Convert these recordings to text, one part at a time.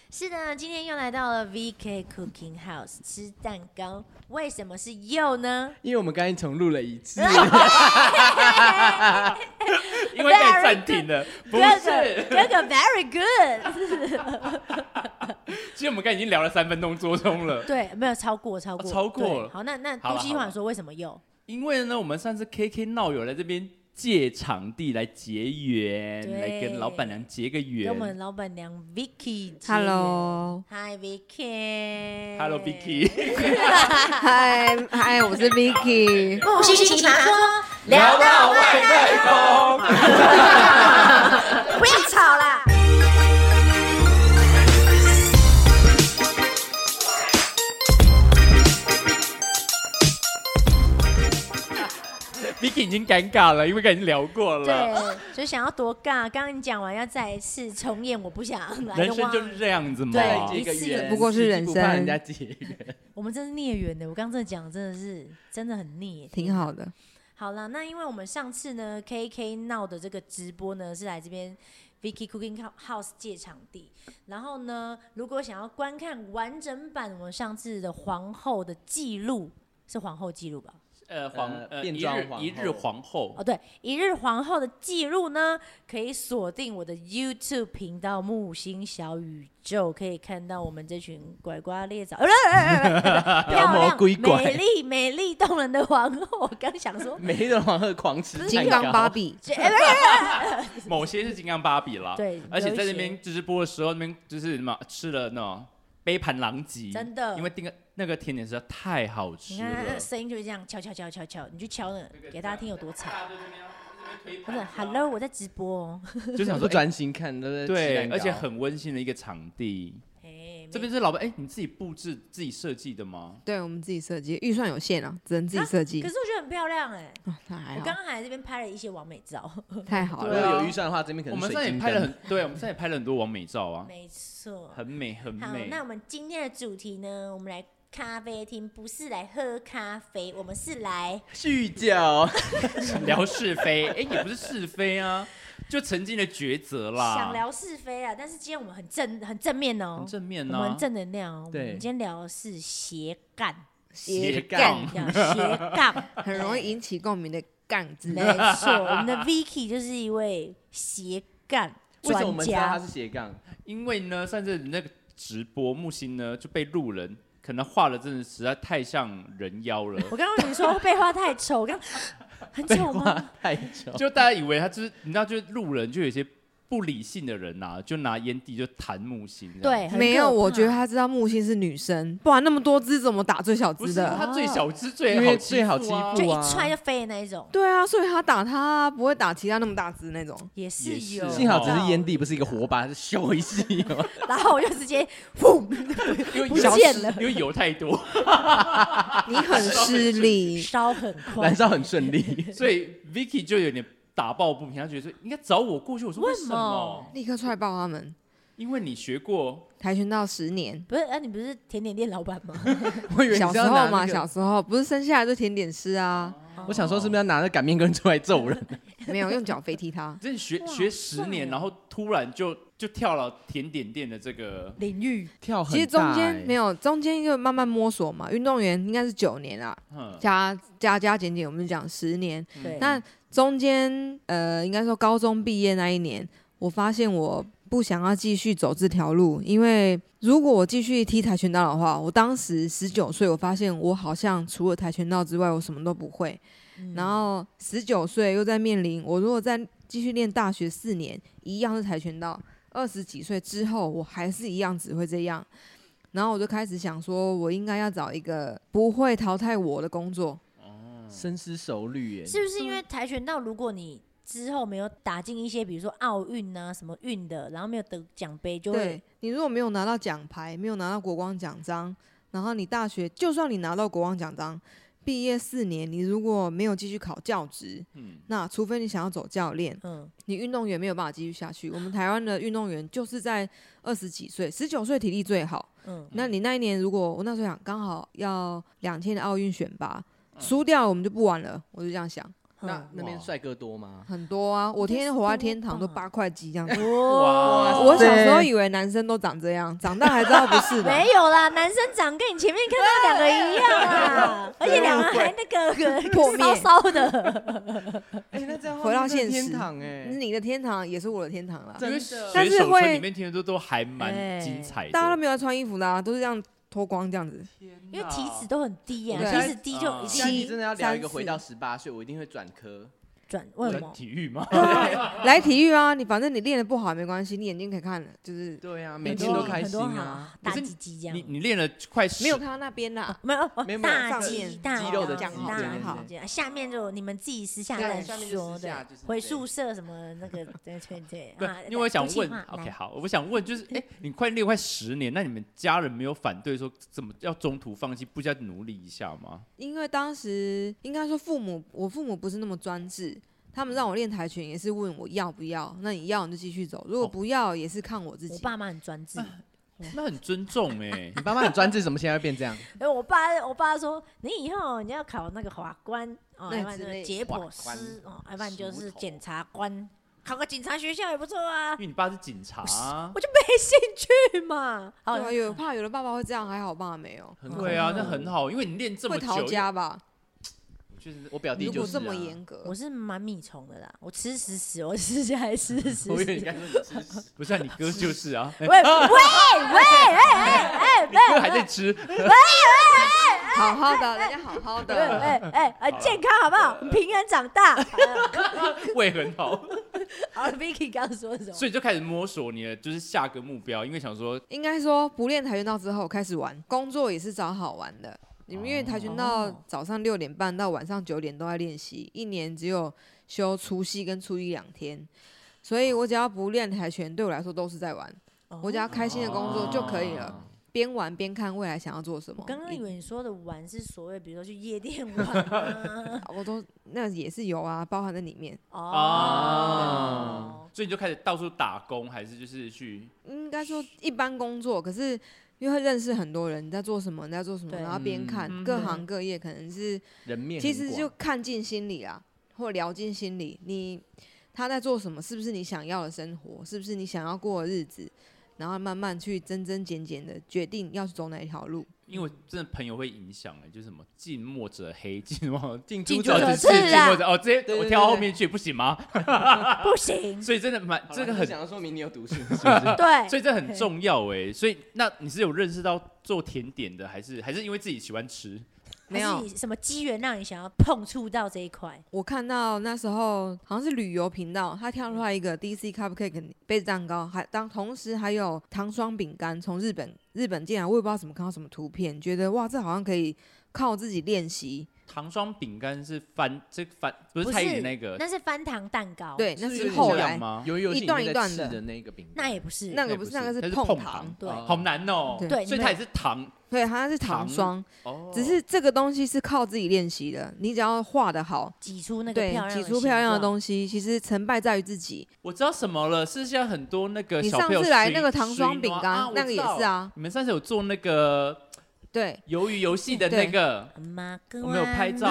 是的，今天又来到了 VK Cooking House 吃蛋糕，为什么是又呢？ 因为我们刚才重录了一次， 因为被暂停了，不是哥哥 very good 其实我们刚才已经聊了3分钟多钟了。 对，没有超过了。 好，那好杜基焕说为什么又？ 因为呢，我们上次 KK 闹友来这边借场地来结缘，来跟老板娘结个缘。 跟我们老板娘 Vicky 结缘。 Hello，Hi Vicky。Hello Vicky。 嗨，我是 Vicky。 不稀奇葩说， 聊到外太空。 不要吵啦。 Vicky 已经尴尬了，因为刚才已经聊过了。 对，就想要多尬。刚刚你讲完要再一次重演，我不想来。 人生就是这样子嘛。 对， 一个缘不过是人生， 不怕人家结缘。 我们真是孽缘的，我刚刚讲真的很孽， 挺好的。 好了，那因为我们上次呢 KK 闹的这个直播呢是来这边 Vicky Cooking House 借场地，然后呢，如果想要观看完整版我们上次的皇后的记录，是皇后记录吧？ 一日皇后哦，对，一日皇后的记录呢，可以锁定我的 YouTube 频道木星小宇宙，可以看到我们这群拐瓜裂枣、漂亮、美丽动人的皇后。我刚想说， 美丽的皇后狂吃金刚芭比， 某些是金刚芭比啦， 对， 而且在那边直播的时候，那边就是什么吃了那种杯盘狼藉， 真的， 因为那个甜点实在太好吃了。 你看声音就是这样敲，你去敲呢，给大家听有多吵。不是 ，Hello， 我在直播哦， 就想说专心看，对不对？ 对，而且很温馨的一个场地。这边是老板，你自己布置、自己设计的吗？ 对，我们自己设计，预算有限啊，只能自己设计。 可是我觉得很漂亮哎， 那还好。 我刚刚还在这边拍了一些完美照， 太好了。 如果有预算的话，这边可能我们现在也拍了我们现在也拍了很多完美照啊。 没错， 很美。 好，那我们今天的主题呢，我们来咖啡厅，不是来喝咖啡，我们是来酗酒， 聊是非。也不是是非啊。就曾经的抉择啦， 想聊是非啦，但是今天我们很正面哦， 很正面啊， 我们正能量哦。 对， 我们今天聊的是斜杠， 很容易引起共鸣的杠字。 没错，我们的 Vicky 就是一位斜杠专家。 为什么我们知道他是斜杠？ 因为呢，上次那个直播木星呢就被路人可能画的真的实在太像人妖了。 我刚刚你说被画太丑，我刚很丑吗？ 太丑， 就大家以为他就是你知道，就是路人就有些不理性的人啊，就拿烟蒂就弹木星。 对， 没有，我觉得他知道木星是女生，不然那么多只怎么打最小只的？ 他最小只最好欺负啊， 就一踹就飞的那一种。 对啊，所以他打他不会打其他那么大只那种。 也是有， 幸好只是烟蒂，不是一个火把，是咻一下。 然后我就直接砰，不见了， 因为油太多。 你很失礼， 烧很快， 燃烧很顺利， 所以 Vicky 就有点打抱不平，他觉得说应该找我过去。我说为什么？ 立刻踹爆他们。 因为你学过跆拳道10年， 不是？你不是甜点店老板吗？ 我以为小时候嘛，小时候不是生下来就甜点师啊。 我想说是不是要拿着擀面棍出来揍人？ 没有，用脚飞踢他。 真的学10年，然后突然就跳了甜点店的这个领域， 跳很大。 其实中间没有，中间就慢慢摸索嘛。运动员应该是9年啊，加减减，我们讲10年。 对， 那中间应该说高中毕业那一年，我发现我不想要继续走这条路，因为如果我继续踢跆拳道的话，我当时19岁，我发现我好像除了跆拳道之外，我什么都不会。然后19岁又在面临，我如果再继续练大学4年，一样是跆拳道，20几岁之后，我还是一样只会这样。然后我就开始想说，我应该要找一个不会淘汰我的工作。 深思熟虑耶， 是不是因为跆拳道，如果你之后没有打进一些，比如说奥运啊什么运的，然后没有得奖杯，就会对你如果没有拿到奖牌，没有拿到国光奖章，然后你大学就算你拿到国光奖章，毕业4年，你如果没有继续考教职，那除非你想要走教练，你运动员没有办法继续下去。我们台湾的运动员就是在20几岁、19岁体力最好，那你那一年如果我那时候想刚好要2000的奥运选拔，输掉了我们就不玩了，我就这样想。 那边帅哥多吗？ 很多啊，我天天活在天堂都8块肌这样子。 哇我小时候以为男生都长这样，长大才知道不是的。 没有啦，男生长跟你前面看到两个一样啊，而且两个还那个破灭骚骚的。 那这样回到现实天堂你的天堂也是我的天堂啦。 因为但是会水手村里面听的都还蛮精彩的， 大家都没有在穿衣服的啊，都是这样脱光这样子。 因为体脂都很低啊， 对体脂低就一定下集真的要聊一个 3-4 回到18岁，我一定会转科。 为什么？ 体育吗？ 来体育啊，反正你练的不好也没关系，你眼睛可以看了，就是对啊，每很多天都开心很多啊。 好大鸡鸡这样。 你练了快没有看到那边啦。 没有没有大上面鸡大肌肉的大肌讲好大下面就你们自己私下再对下面就说的私下就是， 回宿舍什么那个对不啊， 因为我想问毒气话 ，OK 来好，我想问就是，你快练快10年，那你们家人没有反对说怎么要中途放弃，不要努力一下吗？ 因为当时应该说我父母不是那么专制，他们让我练跆拳也是问我要不要，那你要你就继续走，如果不要也是看我自己。 我爸妈很专制， 那很尊重哎。 你爸妈很专制，怎么现在会变这样？ 我爸说你以后你要考那个法官哦，要不然就是解剖师哦，要不然就是检察官，考个警察学校也不错啊因。为你爸是警察啊， 我就没兴趣嘛。好对啊，有的爸爸会这样，还好我爸爸没有， 对啊，那很好，因为你练这么久， 会逃家吧？ 就是我表弟就是如果这么啊严格， 我是蛮米虫的啦，我吃死死，我吃下来吃死我以为你死。 刚说你吃屎。 不是啊，你哥就是啊， 喂喂喂， 你哥还在吃， 好好的，人家好好的。 健康好不好？平安长大。 胃很好， 好，Vicky 刚刚说什么？ 所以就开始摸索你的就是下个目标，因为想说应该说不练跆拳道之后开始玩，工作也是找好玩的。因为跆拳道早上6点半到晚上9点都在练习，一年只有休除夕跟初一2天，所以我只要不练跆拳，对我来说都是在玩。我只要开心的工作就可以了，边玩边看未来想要做什么。 我刚刚以为你说的玩是所谓，比如说去夜店玩啊。 我都那也是有啊，包含在里面。 所以你就开始到处打工，还是就是去？ 应该说一般工作，可是因为会认识很多人，你在做什么，你在做什么， 对然后边看各行各业，可能是人面其实很广就看进心里啊，或聊进心里，他在做什么，是不是你想要的生活，是不是你想要过的日子，然后慢慢去增增减减的决定要去走哪一条路。 因为真的朋友会影响就是什么近墨者黑，近墨近近朱者朱者是赤啊近墨者哦，直接我跳后面去不行吗？ 不行。 所以真的这个很， 想要说明你有读书，是不是？ 对， 所以这很重要哎。所以那你是有认识到做甜点的，还是因为自己喜欢吃？ 没有还是你什么机缘让你想要碰触到这一块？ 我看到那时候好像是旅游频道，他跳出来一个 DC Cupcake 杯子蛋糕，同时还有糖霜饼干，从日本进来，我也不知道怎么看到什么图片，觉得哇，这好像可以靠自己练习。 糖霜饼干是不是蔡依林那个？ 那是翻糖蛋糕。， 对，那是是后来， 吗？ 游戏一段一段的里面在吃的那个饼干， 那也不是。 那个不是，那个是碰糖， 对哦好难哦。 对对， 所以它也是糖对，它是糖霜， 哦。 只是这个东西是靠自己练习的，你只要画得好， 挤出那个对漂，亮挤的出漂亮的西。 东西，其实成败在于自己。 我知道什么了，是现在很多那个你小朋友上次来熏那个糖霜饼干， 熏那个也是啊， 你们上次有做那个对， 鱿鱼游戏的那个，我们有拍照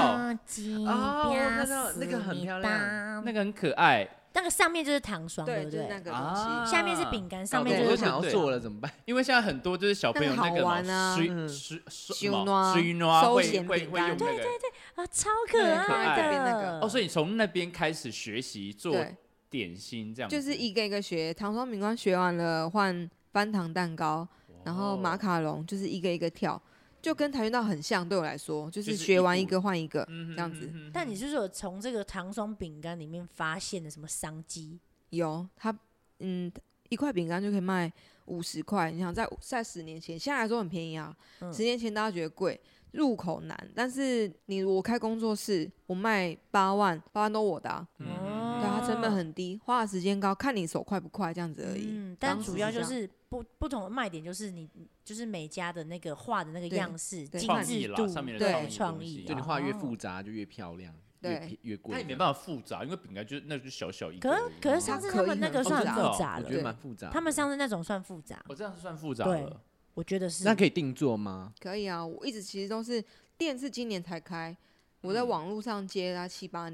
那个很漂亮， 那个很可爱。 那个上面就是糖霜，对对， 不对就是那？个东啊西。 下面是饼干，上我面就是都想要做了，怎么办？ 因为现在很多就是小朋友那个好玩个啊水收会咸饼干用那个啊，超可对爱可爱的。 那个哦，所以你从那边开始学习做对， 点心这样子， 就是一个一个学，糖霜饼干学完了换翻糖蛋糕，然后马卡龙就是一个一个跳，就跟跆拳道很像，对我来说就是学完一个换一个这样子。 但你是不是有从这个糖霜饼干里面发现了什么商机？ 有它，一块饼干就可以卖50块，你想在10年前，现在来说很便宜啊。10年前大家觉得贵，入口难，但是我开工作室，我卖8万都我的啊。对，它成本很低，花的时间高，看你手快不快这样子而已。 但当时主要就这样是不同的卖点就是你就是每家的那个画的那个对样式、 对精创意啦， 致度， 上面的对创意， 意的就你画越哦复杂就越漂亮， 对越贵。 它也没办法复杂，因为饼干那就小小一个可而已。 可是上次他们那个算可以很复杂复杂了我觉，得蛮复杂的。 他们上次那种算复杂， 我这样是算复杂对了。 我觉得是。 那可以定做吗？ 可以啊，我一直其实都是店是今年才开，我在网络上接它7、8年，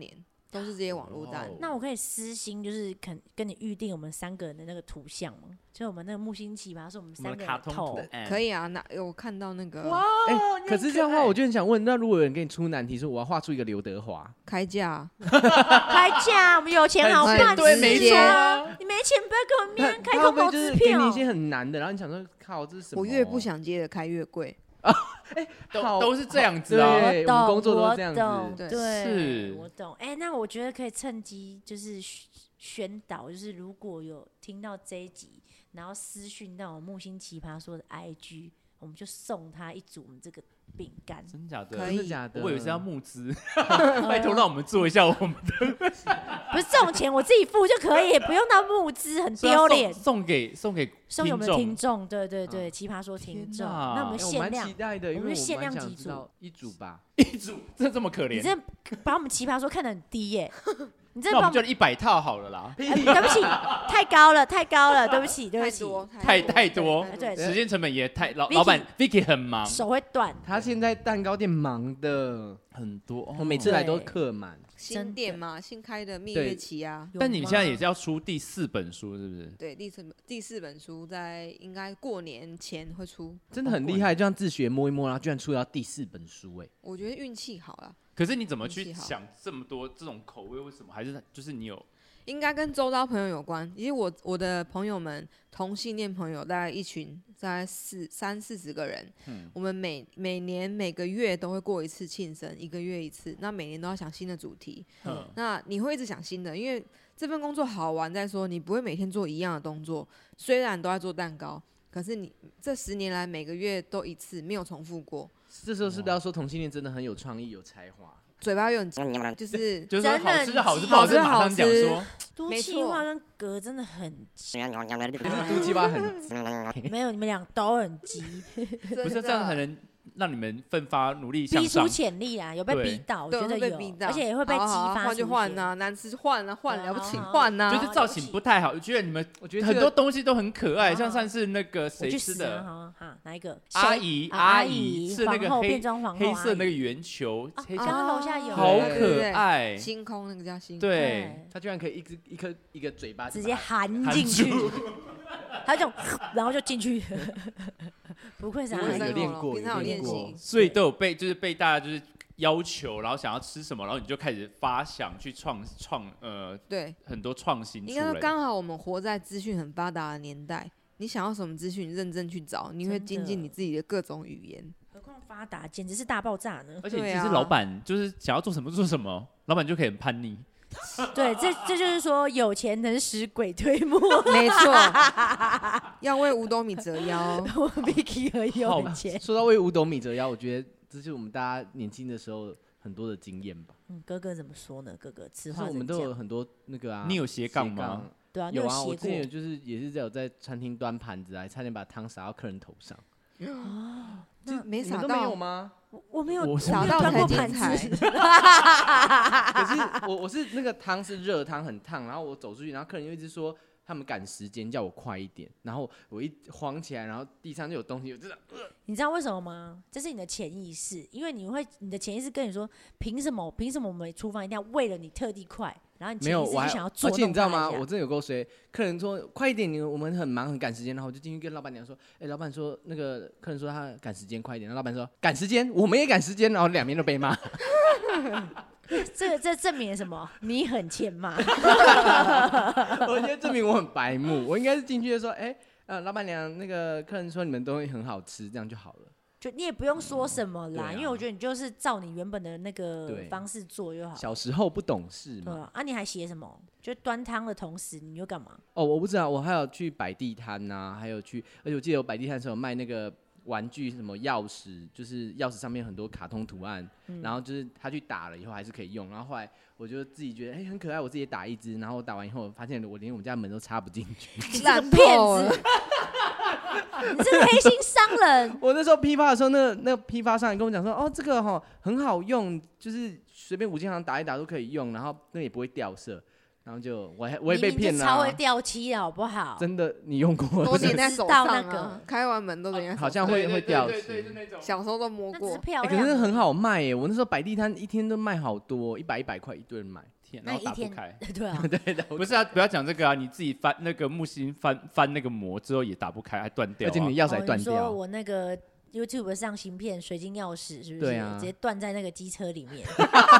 都是这些网络单。 哦那我可以私心，就是跟你预定我们3个人的那个图像吗？就我们那个木星奇葩是我们3个人卡通头图，案可以啊，我看到那个可是这样的话，我就很想问，那如果有人给你出难题，说我要画出一个刘德华， 开价， 开价，我们有钱好办对， 事没错啊！你没钱不要给我面开他会空头不会就是支票给你一。些很难的，然后你想说，靠，这是什么？ 我越不想接的开越贵。 好都是这样子啊。 对，我们工作都是这样懂子。 对， 是我懂。那我觉得可以趁机就是宣导，就是如果有听到这一集，然后私讯到我木星奇葩说的 IG，我们就送他一组我们这个饼干。 真假的？ 可以真的假的？ 我以为是要募资，拜托让我们做一下我们不是这种钱我自己付就可以，不用到募资，很丢脸。 送给送给我们的听众，对对对，奇葩说听众。 天哪那我们我蛮限量期，待的，因为我们是限量蛮想几组知道一组吧。 一组，这么可怜。 你这把我们奇葩说看得很低耶，你这把我们那我们就100套好了啦， 对不起，太高了，太高了，对不起，对不起， 太多太多， 对时间成本也太老 Vicky 老板 Vicky 很忙， 手会断。 他现在蛋糕店忙的， 很多。 我每次来都对客满。 新店嘛，新开的蜜对月期啊。 但你们现在也是是要出第4本书，是不是？ 对，第四本书在应该过年前会出， 真的很厉害，就像自学摸一摸，然后居然出到第4本书，哎， 我觉得运气好了， 可是你怎么去运气好想这么多这种口味？为什么？还是就是你有应该跟周遭朋友有关。因为我的朋友们，同性恋朋友大概一群，大概30-40个人。我们每年每个月都会过一次庆生，1个月一次。那每年都要想新的主题。那你会一直想新的，因为这份工作好玩在说，你不会每天做一样的动作。虽然都在做蛋糕，可是你这10年来每个月都一次，没有重复过。 这时候是不是要说同性恋真的很有创意、有才华？ 嘴巴又很急，就是就是真的好吃就好吃， 很不好吃好吃马上讲好吃说。 都没错气话跟格真的很急， 可是肚鸡巴很没有你们俩都很急， 不是这样才能让你们奋发努力向逼出上。 潜力啦，有被对逼到，我对觉得有会被逼，到， 而且也会被激好发换就换呐。 呐，难吃换啊换， 对了不起好好换呐。 就是造型不太好，我觉得你们我觉得很多东西都很可爱， 好像上次那个我谁吃去死啊！ 的好好，哪一个？ 阿谁啊姨阿姨姨是那个皇后黑变装皇后黑色那阿姨个圆球，黑刚巧刚楼下有好对可爱。 星空那个叫星空， 对， 他居然可以一个嘴巴直接含含进去住， 他就然后就进去，不愧是阿我有姨。 练过平常有练有练过习。 所以都有被大家就是要求，然后想要吃什么，然后你就开始发想去创对， 很多创新出应该说来。 刚好我们活在资讯很发达的年代，你想要什么资讯，认真去找，你会真的精进你自己的各种语言。 何况发达，简直是大爆炸呢！ 而且对啊其实老板就是想要做什么做什么，老板就可以很叛逆。 对，这就是说有钱能使鬼推磨。 没错，要为五斗米折腰。 我 Vicky 很有钱。 说到为五斗米折腰，我觉得这就是我们大家年轻的时候很多的经验吧。 哥哥怎么说呢？哥哥此就是话怎讲我们都有？很多那个啊， 你有斜杠吗？ 对啊，你有啊，我写过之前就是也是有在餐厅端盘子啊，差点把汤洒到客人头上。 那没撒你们都没有到， 吗？ 我没有， 我没有撒到才端过盘精彩。 子。 可是我是那个汤是热汤很烫，然后我走出去，然后客人就一直说他们赶时间叫我快一点，然后我一慌起来，然后地上就有东西，我真的你知道为什么吗？这是你的潜意识，因为你的潜意识跟你说，凭什么我们厨房一定要为了你特地快，然后你没有， 潜意识就我还而想要捉弄且你知道吗？ 他一下我真的有够衰，客人说快一点，我们很忙很赶时间，然后我就进去跟老板娘说，老板说那个客人说他赶时间快一点，然后老板说赶时间，我们也赶时间，然后两边都被骂。 这证明了什么？你很欠骂。 我觉得证明我很白目，我应该是进去就说，老板娘，那个客人说你们东西很好吃，这样就好了。 就你也不用说什么啦， 对啊因为我觉得你就是照你原本的那个对方式做就好。 小时候不懂事嘛。 对啊，你还写什么？就端汤的同时，你又干嘛？ 哦，我不知道，我还有去摆地摊呐，还有去，而且我记得我摆地摊的时候有卖那个玩具，什么钥匙，就是钥匙上面很多卡通图案，然后就是他去打了以后还是可以用。然后后来我就自己觉得，很可爱，我自己也打一只。然后我打完以后，发现我连我们家门都插不进去。 你这个骗子！你这个黑心商人！ 我那时候批发的时候，那批发商也跟我讲说，这个很好用，就是随便5金行打一打都可以用，然后那也不会掉色。然后就我也被骗了、 超会掉漆好不好？ 真的，你用过？ 都粘在手上知道那个啊，开完门都粘在手上， 好像会掉漆。 对，就那种。 小时候都摸过那只是。漂可亮。 是很好卖耶！我那时候摆地摊一天都卖好多，100块一顿买。 天，然后打不开。 对啊， 不是啊，不要讲这个啊，你自己翻那个木星翻那个膜之后也打不开，还断掉、啊， 而且你钥匙还断你说掉。 我那个 YouTube 上芯片水晶钥匙是不是？ 对啊直接断在那个机车里面。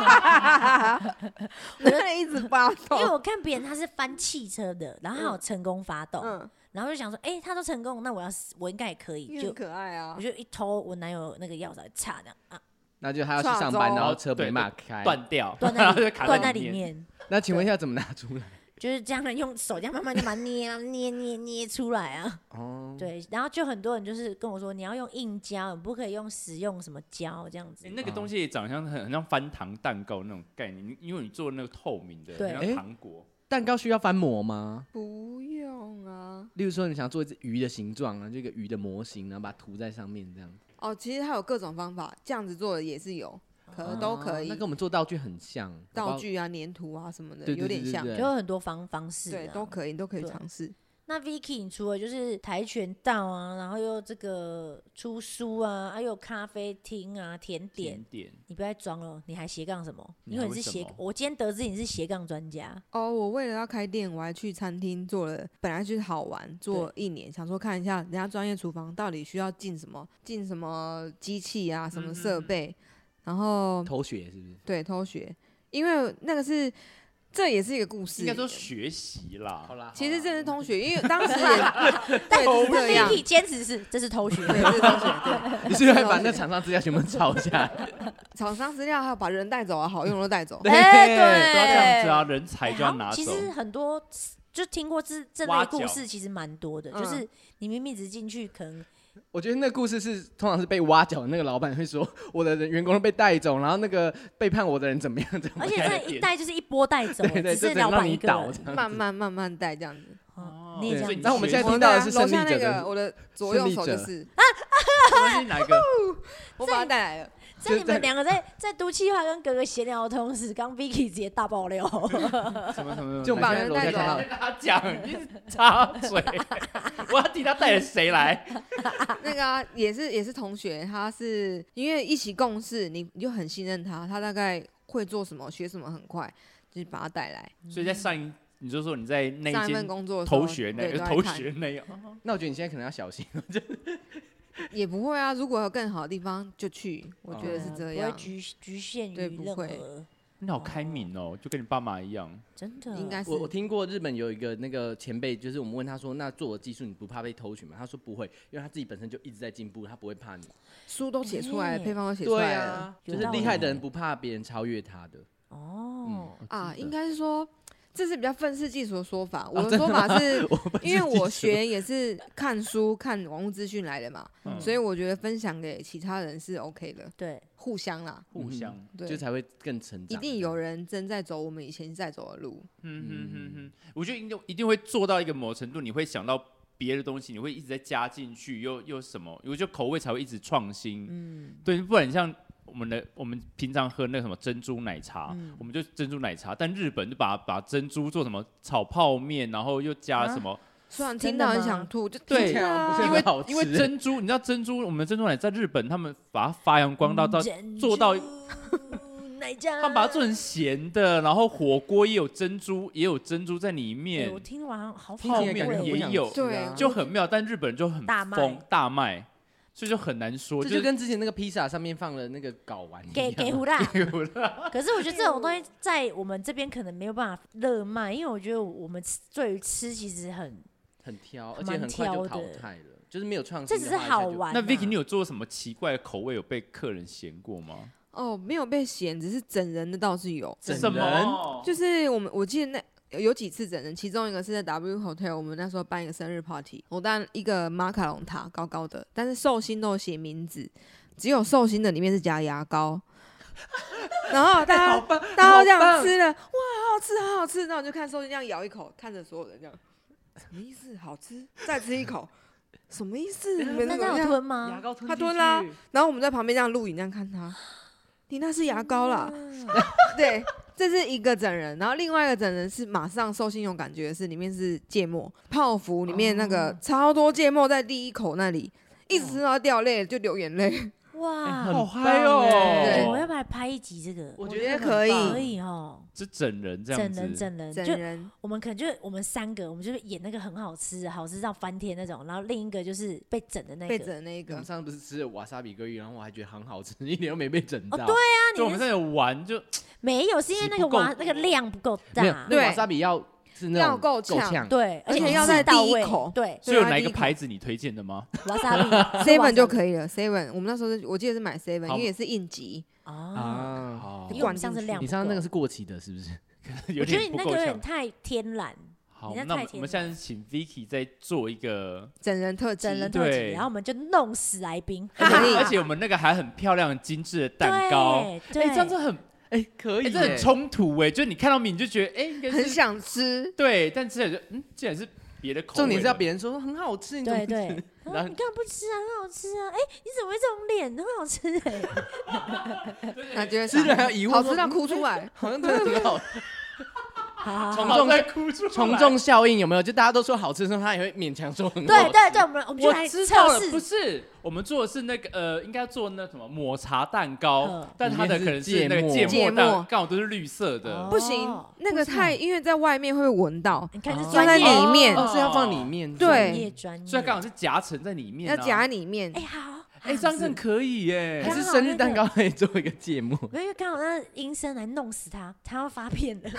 我真的一直发抖， 因为我看别人他是翻汽车的，然后他有成功发动， 嗯， 然后就想说，他都成功，那我应该也可以，就因为很可爱啊我。就一偷我男友那个钥匙，插这样啊， 那就他要去上班，然后车没办法开， 断掉， 断然后就卡在断在里里。面， 那请问一下怎么拿出来？ 就是这样的，用手这样慢慢就把它捏出来啊。 哦， 对，然后就很多人就是跟我说，你要用硬胶，你不可以用食用什么胶这样子。 那个东西也长相很像翻糖蛋糕那种概念，因为你做那个透明的， 对很像糖果。 蛋糕需要翻模吗？ 不用啊。 例如说你想做一只鱼的形状啊，就一个鱼的模型，然后把它涂在上面这样。 哦，其实它有各种方法，这样子做的也是有，都可以。 那跟我们做道具很像， 道具啊、粘土啊什么的， 对对有点像， 对对就有很多方式、啊， 对，都可以对尝试。 那 Vicky， 你除了就是跆拳道啊，然后又这个出书啊，还有咖啡厅啊、甜点，你不要再装了，你还斜杠什么？因为你是斜，我今天得知你是斜杠专家。 哦，我为了要开店，我还去餐厅做了，本来就是好玩，做1年，想说看一下人家专业厨房到底需要进什么机器啊，什么设备，然后偷学是不是？ 对，偷学，因为那个是。这也是一个故事， 应该说学习啦。 好啦， 其实这是偷学，因为当时也对是这样。 Vicky 坚持这是偷学， 对，这是偷学。对， 你是不是还把那厂商资料全部抄下来？ 厂商资料还有把人带走啊，好用都带走。 对， 都要这样子啊，人才就要拿走。 其实很多就听过这类故事，其实蛮多的，就是你明明只进去可能。 我觉得那个故事通常是被挖角的那个老板会说，我的员工都被带走，然后那个背叛我的人怎么样？ 而且这一带就是一波带走， 对对， 只是老板一个人， 慢慢带这样子。 你也这样。 那我们现在听到的是胜利者的， 我的左右手就是哪一个？ 我把他带来了。 在你们两个在毒气话跟哥哥闲聊的同时，刚 Vicky 直接大爆料。 什么？ 就把人带走。 跟他讲，你插嘴。我要听他带了谁来？ 那个啊，也是同学，他是因为一起共事，你就很信任他，他大概会做什么、学什么很快，就是把他带来。 所以在你就说你在那上一份工作偷学那那我觉得你现在可能要小心。 也不会啊，如果有更好的地方就去，我觉得是这样， 不会局限于任何。 你好开明哦，就跟你爸妈一样， 真的。 应该是我听过日本有一个那个前辈，就是我们问他说，那做的技术你不怕被偷取吗？他说不会，因为他自己本身就一直在进步，他不会怕你。 书都写出来了，配方都写出来了， 就是厉害的人不怕别人超越他的。 应该是说。这是比较愤世嫉俗的说法，我的说法是，因为我学也是看书、看网络资讯来的嘛，所以我觉得分享给其他人是 OK 的， 对， 互相啦， 对，就才会更成长。 一定有人正在走我们以前在走的路， 我觉得一定会做到一个某程度，你会想到别的东西，你会一直在加进去，又什么？我觉得口味才会一直创新，对，不然像。我们平常喝那个什么珍珠奶茶，我们就珍珠奶茶，但日本就把珍珠做什么炒泡面，然后又加什么， 虽然听到很想吐，就对，因为珍珠，你知道我们珍珠奶在日本，他们把它发扬光大到做到，他们把它做成咸的，然后火锅也有珍珠在里面， 我听完好泡面也有， 对， 就很妙，但日本人就很疯大卖。所以就很难说， 这就跟之前那个披萨上面放了那个睾丸一样， 给胡辣。可是我觉得这种东西在我们这边可能没有办法热卖，因为我觉得我们对于吃其实很挑，而且很快就淘汰了，就是没有创新。 这只是好玩。 那 Vicky， 你有做什么奇怪的口味有被客人嫌过吗？ 哦，没有被嫌，只是整人的倒是有。 什么？ 就是我记得有几次整人，其中一个是在 W Hotel， 我们那时候办一个生日 party， 我当一个马卡龙塔高高的，但是寿星都有写名字，只有寿星的里面是加牙膏，然后大家都这样吃了，哇，好好吃，好好吃，然后我就看寿星这样咬一口，看着所有人这样，什么意思？好吃，再吃一口，什么意思？ 那他有吞吗？ 牙膏吞他吞啦，然后我们在旁边这样录影，这样看他，你那是牙膏啦，对。这是一个整人，然后另外一个整人是马上寿星有感觉的是里面是芥末泡芙，里面那个超多芥末在第一口那里，一直吃到掉泪就流眼泪。 哇， 很好嗨哦！ 对我要不要来拍一集这个？ 我觉得可以可以哦， 是整人这样子， 整人，就整人我们可能就我们3个，我们就是演那个很好吃到翻天那种，然后另一个就是被整的那被个。 整的那一个我们，上次不是吃了瓦萨比鲑鱼，然后我还觉得很好吃，一点都没被整到。 哦对啊， 就我们在有玩就没有，是因为那个不够那个量不够没有， 大。 那瓦萨比要是那种要够呛对， 而且一要在次到位第一口对， 所以有哪一个第一口牌子你推荐的吗？ 瓦萨比 7就可以了。7，我们那时候我记得是买7， 好因为也是应急。 啊， 啊。 因为我们上次量不够， 你上次那个是过期的，是不是？ 有我觉得你那个有点不够呛点。太天然， 好， 你那那太甜了我们现在请 Vicky 再做一个， 整人特辑， 整人特辑， 对然后我们就弄死来宾， 而且可以而且我们那个还很漂亮、精致的蛋糕， 对， 这样子很， 可以这很冲突哎，就你看到米你就觉得，应该是很想吃。 对，但吃起来就，竟然是别的口味的。 重点是要别人说很好吃，你怎么对不吃？ 对， 然后你干嘛不吃啊？很好吃啊！哎，你怎么会这种脸？很好吃哎！ 那觉得吃了还要疑问说好吃到哭出来。 好像真的很好。 好好从好， 好在哭出来从众效应有没有？就大家都说好吃的时候，他也会勉强说很好吃。 对对对，我们就我来知道了，不测试， 是我们做的是那个应该做那什么抹茶蛋糕嗯， 但它的可能是那个芥末芥末蛋芥末， 刚好都是绿色的哦。 不行，那个太，因为在外面会闻到， 你看是哦专业要在里面哦，是要放里面。 对专业专业， 所以刚好是夹层在里面啊， 要夹在里面哎。好， 哎，这样更可以耶还。是生日蛋糕可以做一个芥末。 没有，因为刚好那医生来弄死他，他要发片了，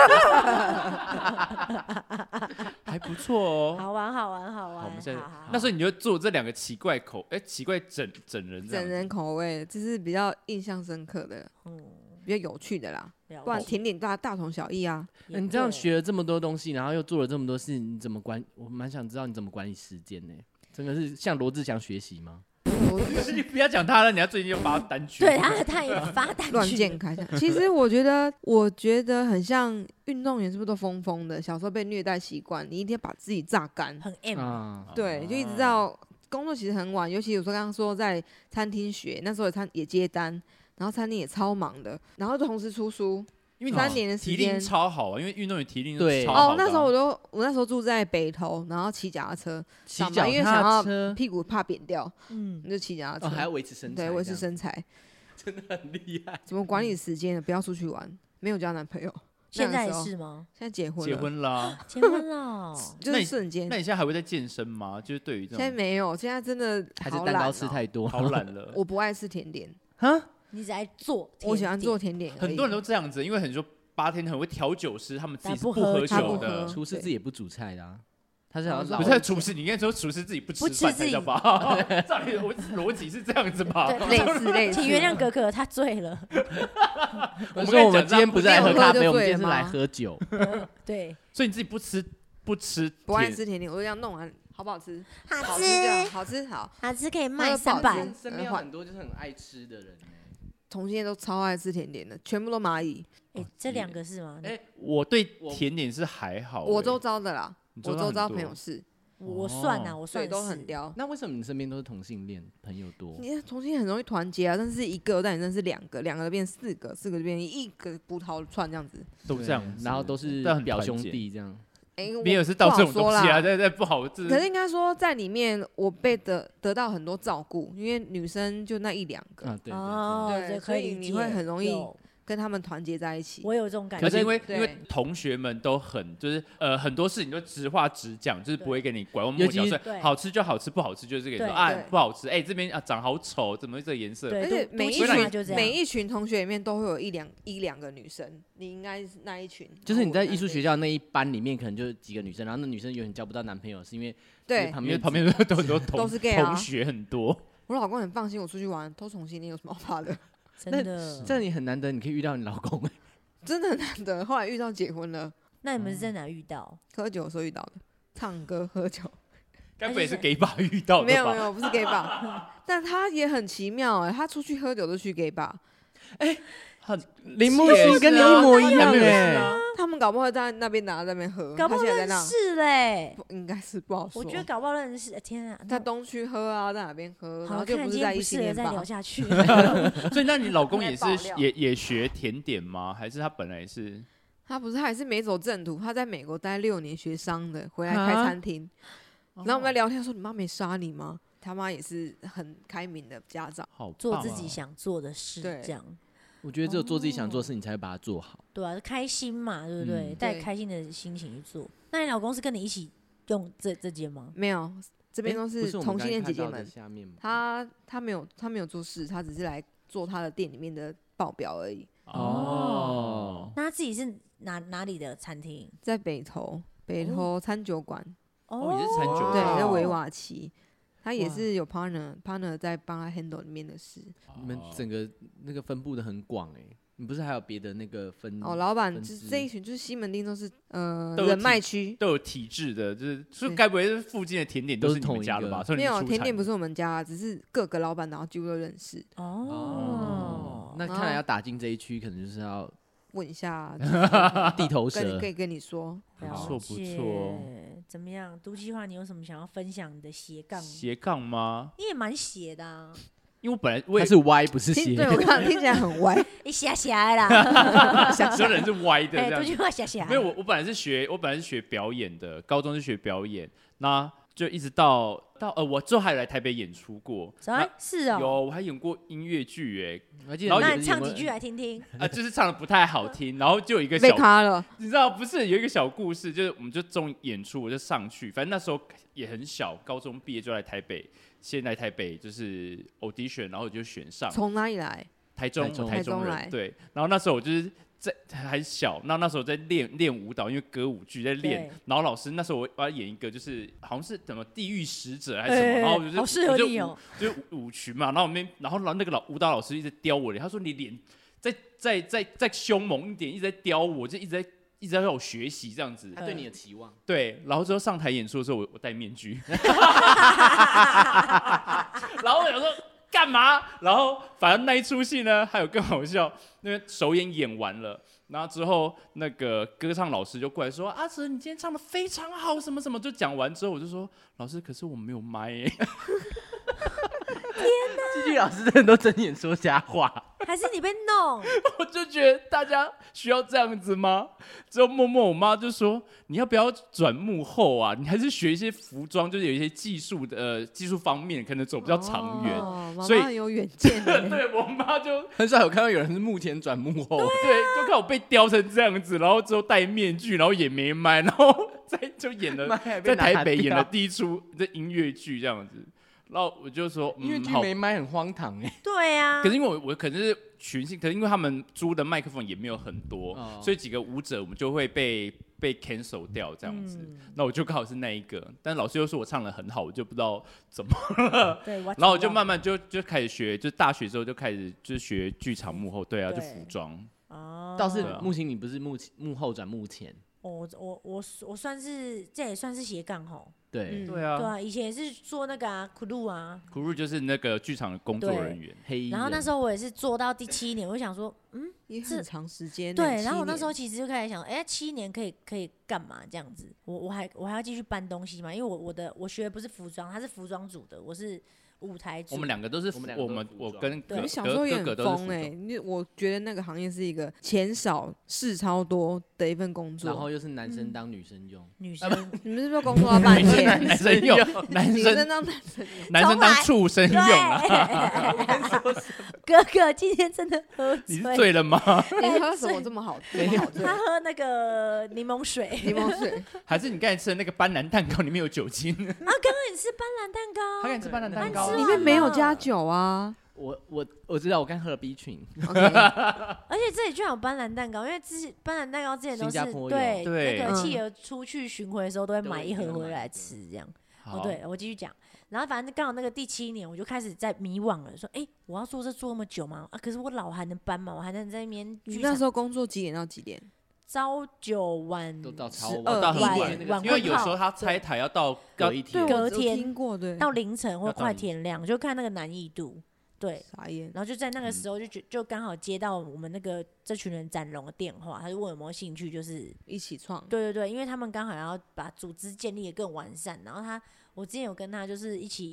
还不错哦。 好玩好玩好玩。 好，我们现在好好那时候你就做这两个奇怪奇怪整人这样子， 整人口味，这是比较印象深刻的， 嗯， 比较有趣的啦。 了不然解甜点大同小异啊。 也你这样对学了这么多东西，然后又做了这么多事，你怎么管？我蛮想知道你怎么管理时间呢？真的是向罗志祥学习吗？ 你不要讲他了，你要最近又发单曲。 对他也发单乱曲箭开枪。其实我觉得很像运动员，是不是都疯疯的？小时候被虐待习惯，你一定要把自己榨干。 很 M， 啊， 对，就一直到工作其实很晚，尤其有时候刚刚说在餐厅学，那时候也接单，然后餐厅也超忙的，然后同时出书。 因为 3年的时体力间超好啊，因为运动员体力都对超好的啊。 那时候我那时候住在北投，然后骑脚踏车， 骑上班脚踏因为想要车屁股怕扁掉， 嗯， 你就骑脚踏车。 哦，还要维持身材， 对，维持这样身材。 真的很厉害。 怎么管理时间的？不要出去玩，没有交男朋友。 现在那个时候是吗？ 现在结婚了， 结婚啦， 结婚了， 就是瞬间那。你现在还会在健身吗？就是对于这现在种没有，现在真的还是蛋糕好懒哦。 吃太多？ 好懒了。 我不爱吃甜点， 哈， 你只爱做， 我喜欢做，甜点而已。 很多人都这样子，因为很多8天很会调酒师，他们自己是不他不喝喝他不酒的喝。 厨师自己也不煮菜的啊，他是好像老不是厨师，你应该说厨师自己不吃饭才叫吧？照理逻辑是这样子吧？ 对类似请原谅哥哥，他醉了， 我说我们今天不是来喝咖啡， 没有喝就醉了我们今天是来吗喝酒。 对， 所以你自己不吃不爱甜吃甜点，我就这样弄完，好不好吃？ 好好吃就好，好吃好。 好吃可以卖那个不好 300 吃， 身边有很多就是很爱吃的人欸。 同性恋都超爱吃甜点的，全部都蚂蚁。 哎，这2个是吗？ 哎，我对甜点是还好欸， 我周遭的啦， 你我周遭很多朋友是， 我算啊，我算所以都是很刁。 那为什么你身边都是同性恋朋友多？ 你同性恋很容易团结啊，但是一个，但你认识2个，2个变4个，4个就变1个葡萄串这样子。 都这样子， 然后都是但很表兄团结弟这样。 哎， 没有是到这种不好说东西啊， 啦在不好，这可是应该说，在里面我被得到很多照顾，因为女生就那1、2个， 啊，对对哦， 对这可以理解， 所以你会很容易有跟他们团结在一起。 我有这种感觉， 可是因为对同学们都很就是很多事情都直话直讲，就是不会给你拐弯抹角， 尤其所以对好吃就好吃，不好吃就是跟你说对啊对不好吃，哎这边啊长好丑，怎么会这个颜色？ 对而且都都起码每一群就这样每一群同学里面都会有一两个女生，你应该是那一群。 就是你在艺术然后我学校那一班里面，可能就几个女生，然后那女生永远交不到男朋友，是因为对因为旁边旁边都很多都是 gay 啊同学很多， 我老公很放心，我出去玩都同性恋有什么好怕的？ 真的。 这样你很难得，你可以遇到你老公欸。 真的很难得。后来遇到结婚了， 那你们是在哪遇到？ 喝酒的时候遇到的，唱歌喝酒。 该不会是 gay 吧遇到的吧？ 没有没有，不是 gay bar，但他也很奇妙哎，他出去喝酒都去 gay bar， 很林木星跟你一模一样哎， 他们搞不好在那边拿在那边喝， 搞不好他现在在那， 认识嘞。 不应该是不好说。 我觉得搞不好认识。天啊， 在东区喝啊，在哪边喝，然好后就看今天不不是在异性恋适合再聊吧？ 下去。 所以那你老公也是爆料也学甜点吗？还是他本来是？ 他不是，他也是没走正途，他在美国待6年学商的，回来开啊餐厅。然后我们在聊天说：“你妈没杀你吗？” 他妈也是很开明的家长， 好棒啊做自己想做的事， 对这样。 我觉得只有做自己想做的事，你才会把它做好。 对啊，开心嘛，对不对？ 嗯对带开心的心情去做。那你老公是跟你一起用这间吗？ 没有，这边都不是我们同性恋刚才看到的姐姐们， 下面吗？ 他没有做事，他只是来做他的店里面的报表而已， 哦， 那他自己是哪里的餐厅？ 在北投餐酒馆， 哦也是餐酒对， 馆在维瓦奇。他也是有 partner 在帮他 handle 里面的事。 你们整个那个分布的很广哎，你不是还有别的那个哦，老板分支就是这一群，就是西门町都是都有人脉区， 都有体制的，就是该不会是附近的甜点都是你们家的吧？ 都没没有甜点不是我们家，只是各个老板然后几乎都认识。 哦， 那看来要打进这一区，可能就是要问一下， 地头蛇可。以跟你说， 了不错不解错。 怎么样？毒计划，你有什么想要分享你的斜杠？ 斜杠吗？ 你也蛮斜的啊， 因为我本来我也它是 Y 不是斜， 对我看听起来很歪， 你狭狭的啦。 有人是歪的这哎， 样子。 毒计划狭狭。 没有，我本来是学表演的，高中是学表演，那就一直到我之后还有来台北演出过， 哎，是哦。 有我还演过音乐剧哎， 我还记得然后那你们你唱几句来听听。 就是唱的不太好听，然后就有一个被小， 卡了。 你知道不是有一个小故事，就是我们就中演出，我就上去，反正那时候也很小，高中毕业就来台北，先来台北就是 audition， 然后我就选上从哪里来？ 台中，我台中台中来人，对，然后那时候我就是在还小，那时候在练舞蹈，因为歌舞剧在练对， 然后老师那时候我要演一个就是好像是什么地狱使者还是什么，然后我就好适合你哦。 就是舞群嘛，然后然后那个舞蹈老师一直刁我脸，他说你脸再凶猛一点，一直在刁我，就一直在让我学习这样子。 他对你的期望。 对，然后之后上台演出的时候，我戴面具，然后我想说干嘛？然后反正那一出戏呢，还有更好笑，那个首演完了，然后之后那个歌唱老师就过来说：“阿哲，你今天唱的非常好，什么什么。”就讲完之后，我就说：“老师，可是我没有麦耶。” 戏剧老师真的都睁眼说瞎话。 还是你被弄？ 我就觉得大家需要这样子吗？之后默默我妈就说：“你要不要转幕后啊？你还是学一些服装，就是有一些技术的技术方面，可能走比较长远。 哦，妈所以妈很有远见的。 对我妈就很少有看到有人是幕前转幕后。 对，就看我被雕成这样子，然后之后戴面具，然后也没麦，然后就演了在台北演了第一出的音乐剧这样子。然后我就说， 音乐剧好。 没麦很荒唐哎。 对啊。 可是因为我可能是群星，可是因为他们租的麦克风也没有很多，所以几个舞者我们就会被 cancel 掉这样子。那我就刚好是那一个，但老师又说我唱得很好，我就不知道怎么了。 对， 然后我就慢慢就开始学，就大学之后就开始就是学剧场幕后，对啊，就服装。 哦。 倒是对啊木星，你不是幕后转幕前。 我算是，这也算是斜杠吼。 对， 对啊， 对啊，以前也是做那个啊，crew 啊。 crew 就是那个剧场的工作人员。 黑衣人。 然后那时候我也是做到第7年，我就想说， 也很长时间。 对。然后我 7 那时候年其实就开始想，7年可以干嘛这样子？我还要继续搬东西嘛，因为我学的不是服装，他是服装组的，我是舞台组。 我们两个都是，我跟对哥你小时候也很哥哥都是服疯哎、 装。 我觉得那个行业是一个钱少事超多的一份工作。 然后又是男生当女生用。 女生你们是不是工作到半夜？ 男生用， 女生当男生用。 男生当畜生用啊！ 哥哥今天真的喝你是醉， 醉了吗？ 你喝什么这么好？这么好醉？ 他喝那个柠檬水。 柠檬水。 还是你刚才吃的那个斑斓蛋糕里面有酒精？ 啊，刚刚你吃斑斓蛋糕， 他敢吃斑斓蛋糕吃？ 里面没有加酒啊。 我知道，我刚喝了 B 群。 OK， 而且这里居然有斑斓蛋糕，因为斑斓蛋糕之前都是新加坡有对对那个企鹅出去巡回的时候都会买一盒回来对吃这样。 好对，我继续讲。然后反正刚好那个第7年，我就开始在迷惘了，说，我要做那么久吗？啊，可是我老还能搬吗？我还能在那边你剧场那时候工作几点到几点？ 朝9晚都到超 12 晚到很晚晚晚因为有时候会他拆台要到隔一天。 我有隔天听过，对， 到凌晨或快要到凌天亮，就看那个难易度。对， 傻眼。 然后就在那个时候就刚好接到我们这群人展龙的电话，他就问有没有兴趣，就是一起创。 对，因为他们刚好要把组织建立的更完善，然后我之前有跟他就是一起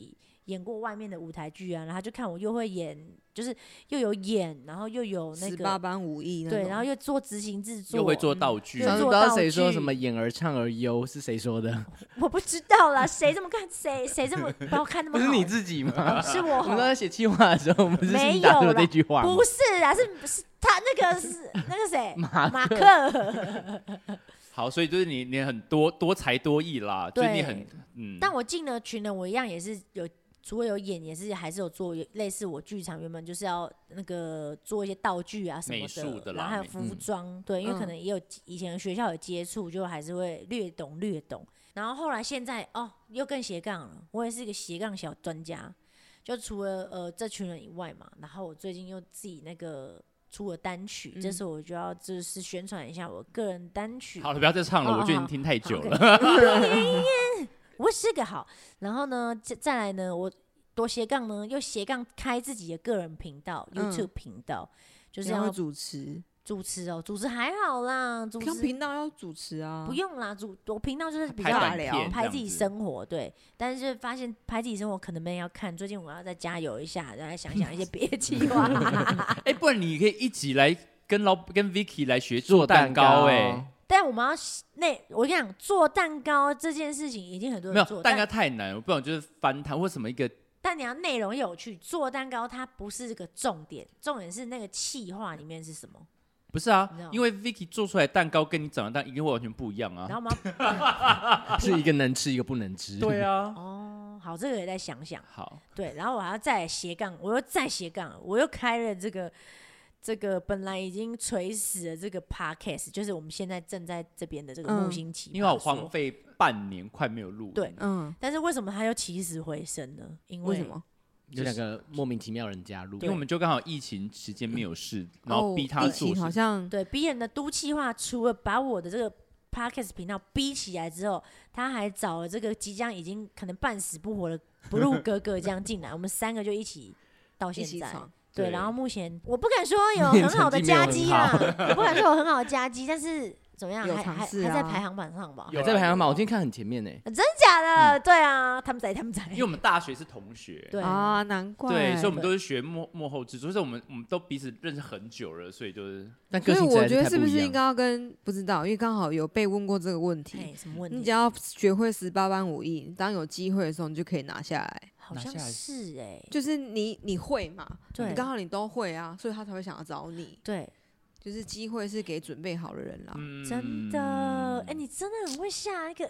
演过外面的舞台剧啊，然后他就看我又会演，就是又有演，然后又有那个 18般武艺那种， 对，然后又做执行制作， 又会做道具， 上次不知道谁说什么演而唱而优，是谁说的？ 我不知道啦，谁这么看，谁这么把我看那么好？ 不是你自己吗？ 是我。 我们刚才写企划的时候，不是没你打出了有啦这句话吗？ 不是啊，是他那个是那个谁马克。 好，所以就是你很多才多艺啦，就是你很但我进了群人，我一样也是有，除了有演，也是还是有做类似我剧场原本就是要那个做一些道具啊什么美术的啦， 然后还有服装，对，因为可能也有以前学校有接触，就还是会略懂。然后后来现在又更斜杠了，我也是一个斜杠小专家，就除了这群人以外嘛，然后我最近又自己那个出了单曲，这时候我就要就是宣传一下我个人单曲。 好了，不要再唱了，我觉得你听太久了。 我是个好，然后呢，再来呢，我多斜杠呢，又斜杠开自己的个人频道、YouTube 频道，就是要主持主持还好啦，主持频道要主持啊， 不用啦，我频道就是比较拍自己生活，对，但是发现拍自己生活可能没人要看，最近我要再加油一下，然后想一些别的计划。 不然你可以一起来跟 Vicky 来学做蛋糕但我们要我跟你讲，做蛋糕这件事情已经很多人做， 没有蛋糕太难，不然就是翻摊或什么一个。 但你要内容有趣，做蛋糕它不是这个重点，重点是那个企划里面是什么。 不是啊，因为 Vicky 做出来的蛋糕跟你长的蛋一定会完全不一样啊。 然后我们是一个能吃，一个不能吃。 对啊。 好，这个也再想想。 好。 对，然后我还要再斜杠，我又开了这个本来已经垂死的这个 podcast， 就是我们现在正在这边的这个木星奇葩说， 因为我荒废半年，快没有录。 对，但是为什么它又起死回生呢？因为什么？ 有2个莫名其妙人加入， 因为我们就刚好疫情时间没有事，然后逼他做事， 好像对逼人的都企划，除了把我的这个 podcast 频道逼起来之后，他还找了这个即将已经可能半死不活的Blue哥哥这样进来，我们3个就一起到现在。对，然后目前我不敢说有很好的佳绩啦，我不敢说有很好的佳绩，但是怎么样，还在排行榜上吧？ 还在排行榜，我今天看很前面呢。 真假的？对啊，他们在。 因为我们大学是同学， 对啊，难怪。 对，所以我们都是学幕后制作，所以我们都彼此认识很久了，所以就是。 但个性我觉得是不是应该要不知道，因为刚好有被问过这个问题。 什么问题？ 你只要学会18般武艺，当有机会的时候，你就可以拿下来。 好像是就是你会嘛？ 对， 你刚好你都会啊，所以他才会想要找你。 对。 就是机会是给准备好的人啦， 真的，你真的很会下一个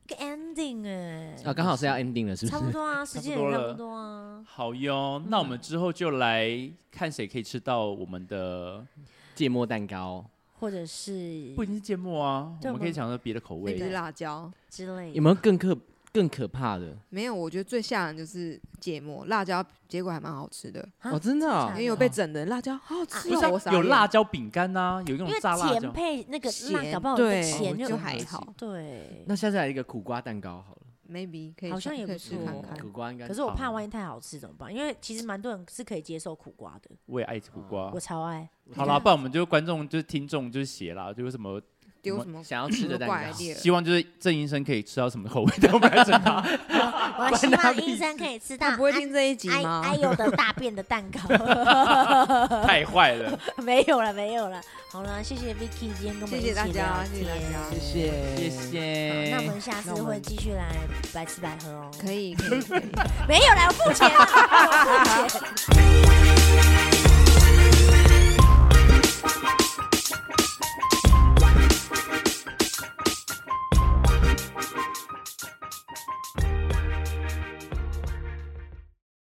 ending 刚好是要 ending 了，是不是？ 差不多啊，时间也差不多啊。 好哟，那我们之后就来看谁可以吃到我们的芥末蛋糕， 或者是不一定是芥末啊，我们可以想到别的口味， 是辣椒之类的。 有没有更可怕的？ 没有，我觉得最吓人就是芥末，辣椒结果还蛮好吃的。 真的啊， 因为有被整的辣椒好好吃哦。 有辣椒饼干呐，有那种炸辣椒， 甜配那个辣，搞不好甜就还好。 对， 那下次来一个苦瓜蛋糕好了。 maybe 可以， 好像也不错。 苦瓜应该， 可是我怕万一太好吃怎么办？因为其实蛮多人是可以接受苦瓜的。 我也爱吃苦瓜， 我超爱。 好啦，不然我们就观众就是听众就是写啦，就有什么。 丢什么想要吃的蛋糕？ 希望就是郑医生可以吃到什么口味的，我们来整他。 我希望医生可以吃到。 他不会听这一集吗？ 哎呦的大便的蛋糕。 太坏了。 没有了。好了，谢谢 Vicky 今天跟我们一起聊天， 谢谢大家， 谢谢。 那我们下次会继续来白吃白喝哦。 可以。 没有啦，我付钱了。